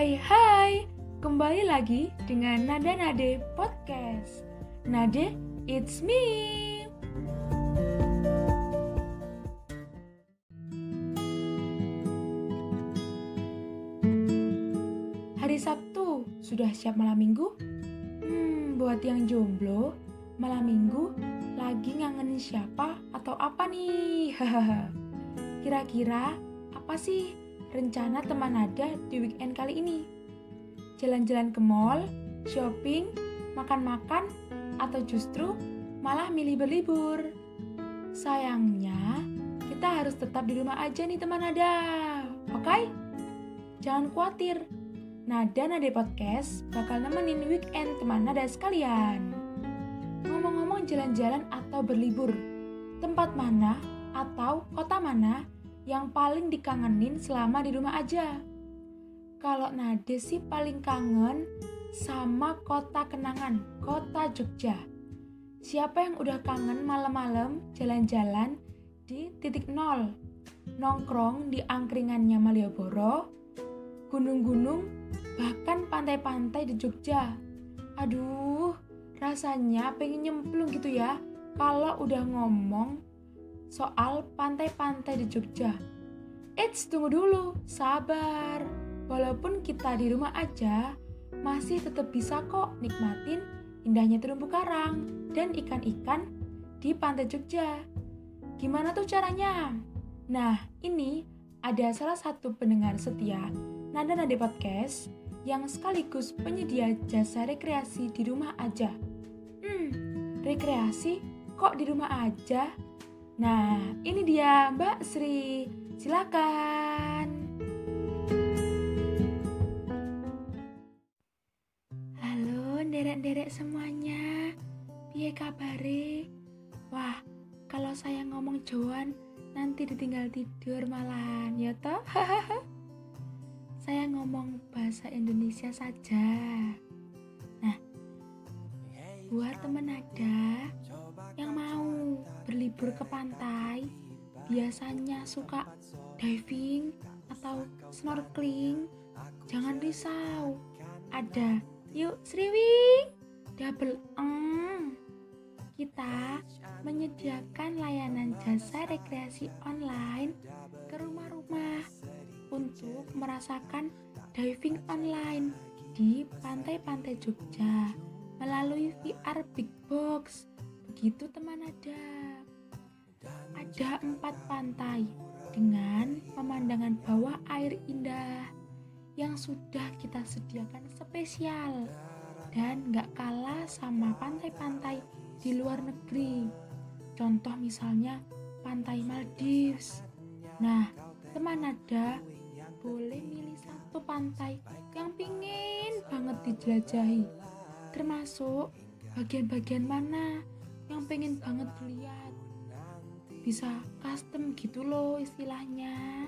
Hai, kembali lagi dengan Nada Nade Podcast. Nade, it's me. Hari Sabtu, sudah siap malam minggu? Buat yang jomblo, malam minggu lagi ngangenin siapa atau apa nih? Kira-kira apa sih rencana teman Nada di weekend kali ini? Jalan-jalan ke mall, shopping, makan-makan, atau justru malah milih berlibur? Sayangnya, kita harus tetap di rumah aja nih teman Nada. Oke? Jangan khawatir, Nada Nade Podcast bakal nemenin weekend teman Nada sekalian. Ngomong-ngomong jalan-jalan atau berlibur, tempat mana atau kota mana yang paling dikangenin selama di rumah aja? Kalau Nade sih paling kangen sama kota kenangan, kota Jogja. Siapa yang udah kangen malam-malam jalan-jalan di titik nol, nongkrong di angkringannya Malioboro, gunung-gunung, bahkan pantai-pantai di Jogja? Aduh, rasanya pengen nyemplung gitu ya kalau udah ngomong soal pantai-pantai di Jogja. Tunggu dulu, sabar. Walaupun kita di rumah aja, masih tetap bisa kok nikmatin indahnya terumbu karang dan ikan-ikan di pantai Jogja. Gimana tuh caranya? Nah, ini ada salah satu pendengar setia Nada Nade Podcast yang sekaligus penyedia jasa rekreasi di rumah aja. Rekreasi kok di rumah aja? Nah, ini dia Mbak Sri. Silakan. Halo nderek-nderek semuanya. Piye kabare? Wah, kalau saya ngomong Jawaan nanti ditinggal tidur malahan, ya toh? Saya ngomong bahasa Indonesia saja. Nah, buat teman Nada yang mau berlibur ke pantai, biasanya suka diving atau snorkeling, jangan risau. Ada Yuk Sriwing double kita menyediakan layanan jasa rekreasi online ke rumah-rumah untuk merasakan diving online di pantai-pantai Jogja melalui VR Big Box. Begitu teman ada 4 pantai dengan pemandangan bawah air indah yang sudah kita sediakan spesial dan gak kalah sama pantai-pantai di luar negeri. Contoh misalnya pantai Maldives. Nah, teman Nada boleh milih satu pantai yang pingin banget dijelajahi, termasuk bagian-bagian mana yang pengen banget dilihat. Bisa custom gitu loh istilahnya.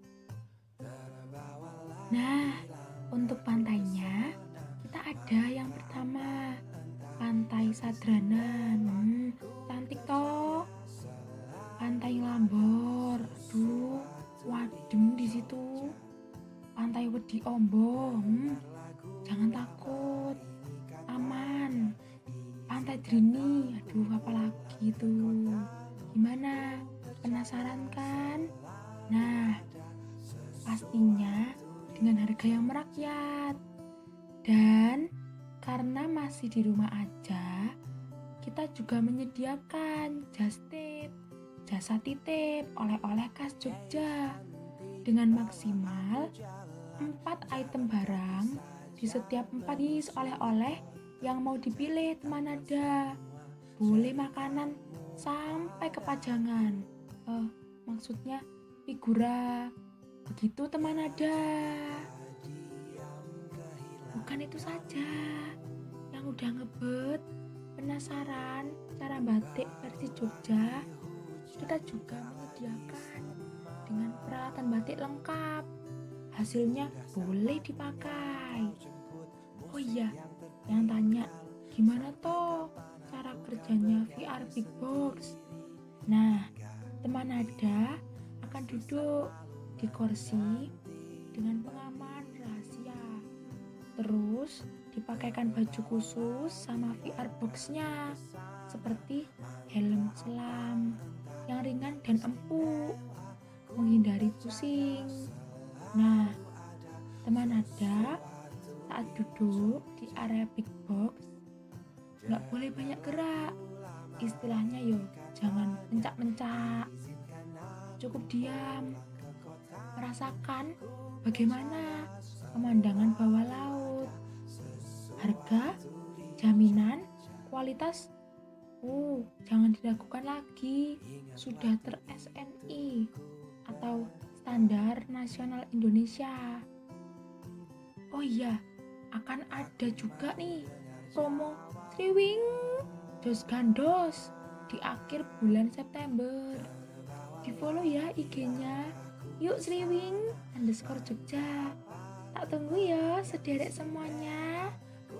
Nah, untuk pantainya kita ada yang pertama, Pantai Sadranan. Cantik toh. Pantai Lambor. Aduh, wadem di situ. Pantai Wedi Ombo. Jangan takut. Aman. Pantai Drini. Aduh, apalagi tuh. Gimana? Penasaran kan? Nah, pastinya dengan harga yang merakyat. Dan karena masih di rumah aja, kita juga menyediakan jasa titip oleh-oleh khas Jogja dengan maksimal 4 item barang di setiap 4 jenis oleh-oleh yang mau dipilih teman Nada. Boleh makanan sampai kepajangan. Maksudnya figura. Begitu teman Nada. Bukan itu saja. Yang udah ngebet, penasaran cara batik versi Jogja, kita juga menyediakan dengan peralatan batik lengkap. Hasilnya boleh dipakai. Oh iya, yang tanya gimana toh cara kerjanya VR Big Box? Nah, teman Nada akan duduk di kursi dengan pengaman rahasia. Terus dipakaikan baju khusus sama VR box-nya, seperti helm selam yang ringan dan empuk, menghindari pusing. Nah, teman nada saat duduk di area big box nggak boleh banyak gerak. Istilahnya jangan mencak-mencak, cukup diam, merasakan bagaimana pemandangan bawah laut. Harga, jaminan, kualitas, jangan diragukan lagi, sudah ter-SNI atau Standar Nasional Indonesia. Oh iya, akan ada juga nih promo Sriwing Dos Gandos di akhir bulan September. Di follow ya IG-nya, yuk Sriwing_Jogja. Tak tunggu ya sederek semuanya.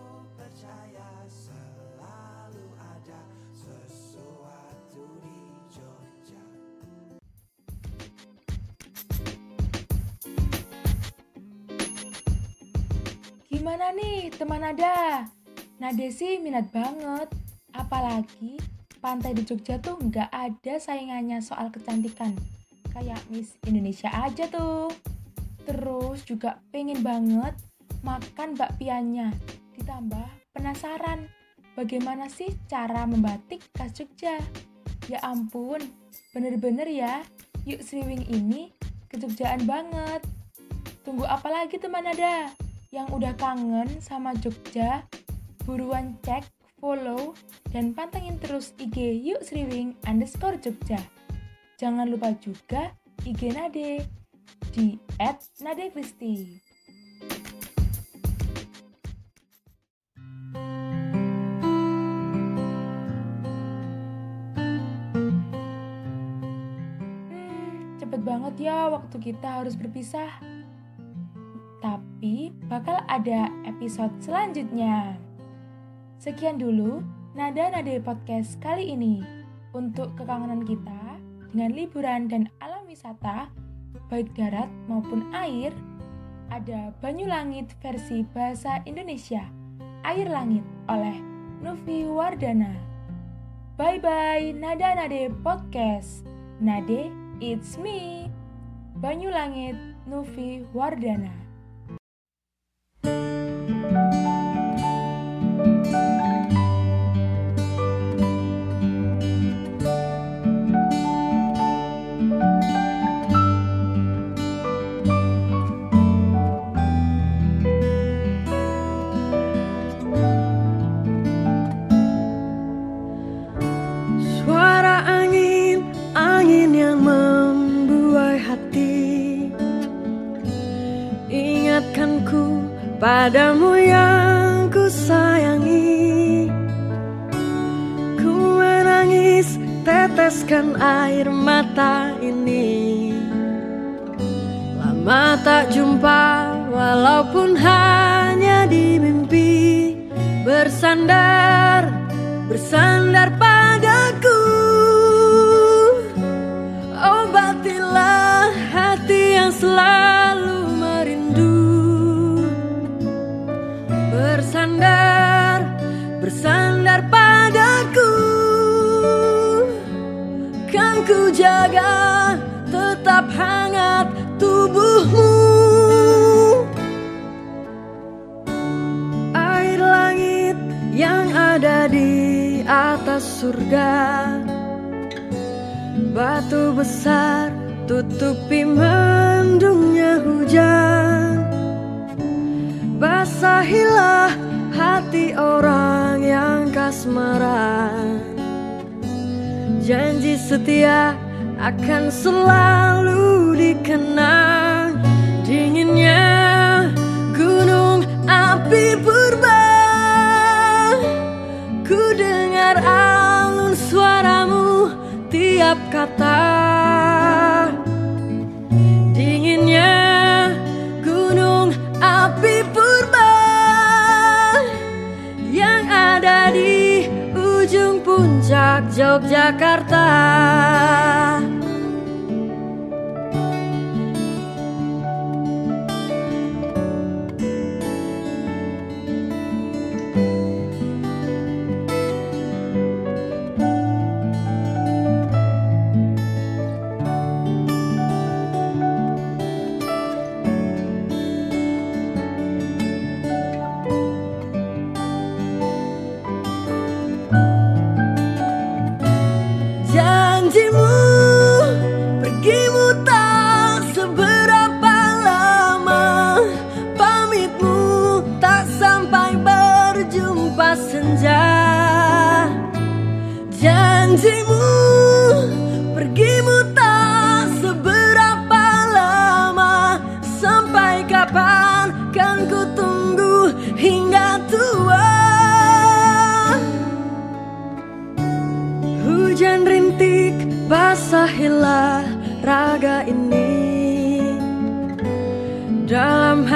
Gimana nih teman Nada? Nade sih minat banget, apalagi pantai di Jogja tuh nggak ada saingannya soal kecantikan, kayak Miss Indonesia aja tuh. Terus juga pengen banget makan bakpianya, ditambah penasaran bagaimana sih cara membatik khas Jogja. Ya ampun, bener-bener ya, yuk Sriwing ini kejogjaan banget. Tunggu apa lagi teman Nada? Yang udah kangen sama Jogja, buruan cek, follow, dan pantengin terus IG yuk Sriwing_Jogja. Jangan lupa juga IG Nade di @nadekristi. Cepet banget ya waktu kita harus berpisah. Tapi bakal ada episode selanjutnya. Sekian dulu Nada Nade Podcast kali ini. Untuk kekangenan kita dengan liburan dan alam wisata, baik darat maupun air, ada Banyulangit versi bahasa Indonesia, Air Langit oleh Nufi Wardana. Bye-bye Nada Nade Podcast. Nade, it's me. Banyulangit, Nufi Wardana. Padamu yang ku sayangi, ku menangis teteskan air mata ini. Lama tak jumpa walaupun hanya di mimpi, bersandar padaku. Obatilah hati yang selalu merindu. Bersandar padaku, kan ku jaga tetap hangat tubuhmu. Air langit yang ada di atas surga, batu besar tutupi mendungnya hujan. Basahilah hati orang yang kasmaran, janji setia akan selalu dikenang. Dinginnya gunung api purba, ku dengar alun suaramu tiap kata. Dinginnya gunung api purba yang ada di ujung puncak Yogyakarta.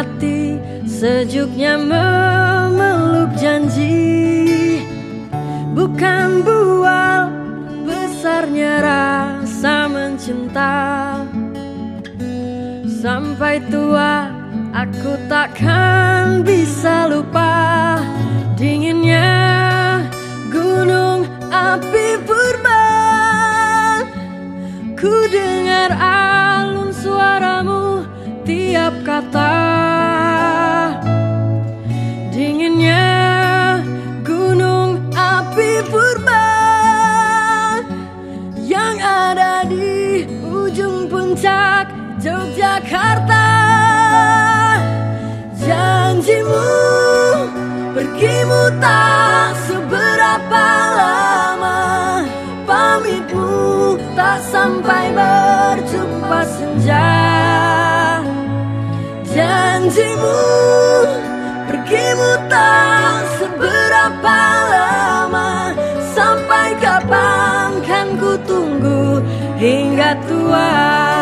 hati, sejuknya memeluk janji. Bukan bual besarnya rasa mencinta. Sampai tua aku takkan bisa lupa dinginnya gunung api purba. Ku dengar alun suaramu tiap kata. Dinginnya gunung api purba yang ada di ujung puncak Yogyakarta. Janjimu pergimu tak seberapa lama, pamitmu tak sampai berjumpa senja. Janjimu pergimu tak seberapa lama, sampai kapan kan ku tunggu hingga tua.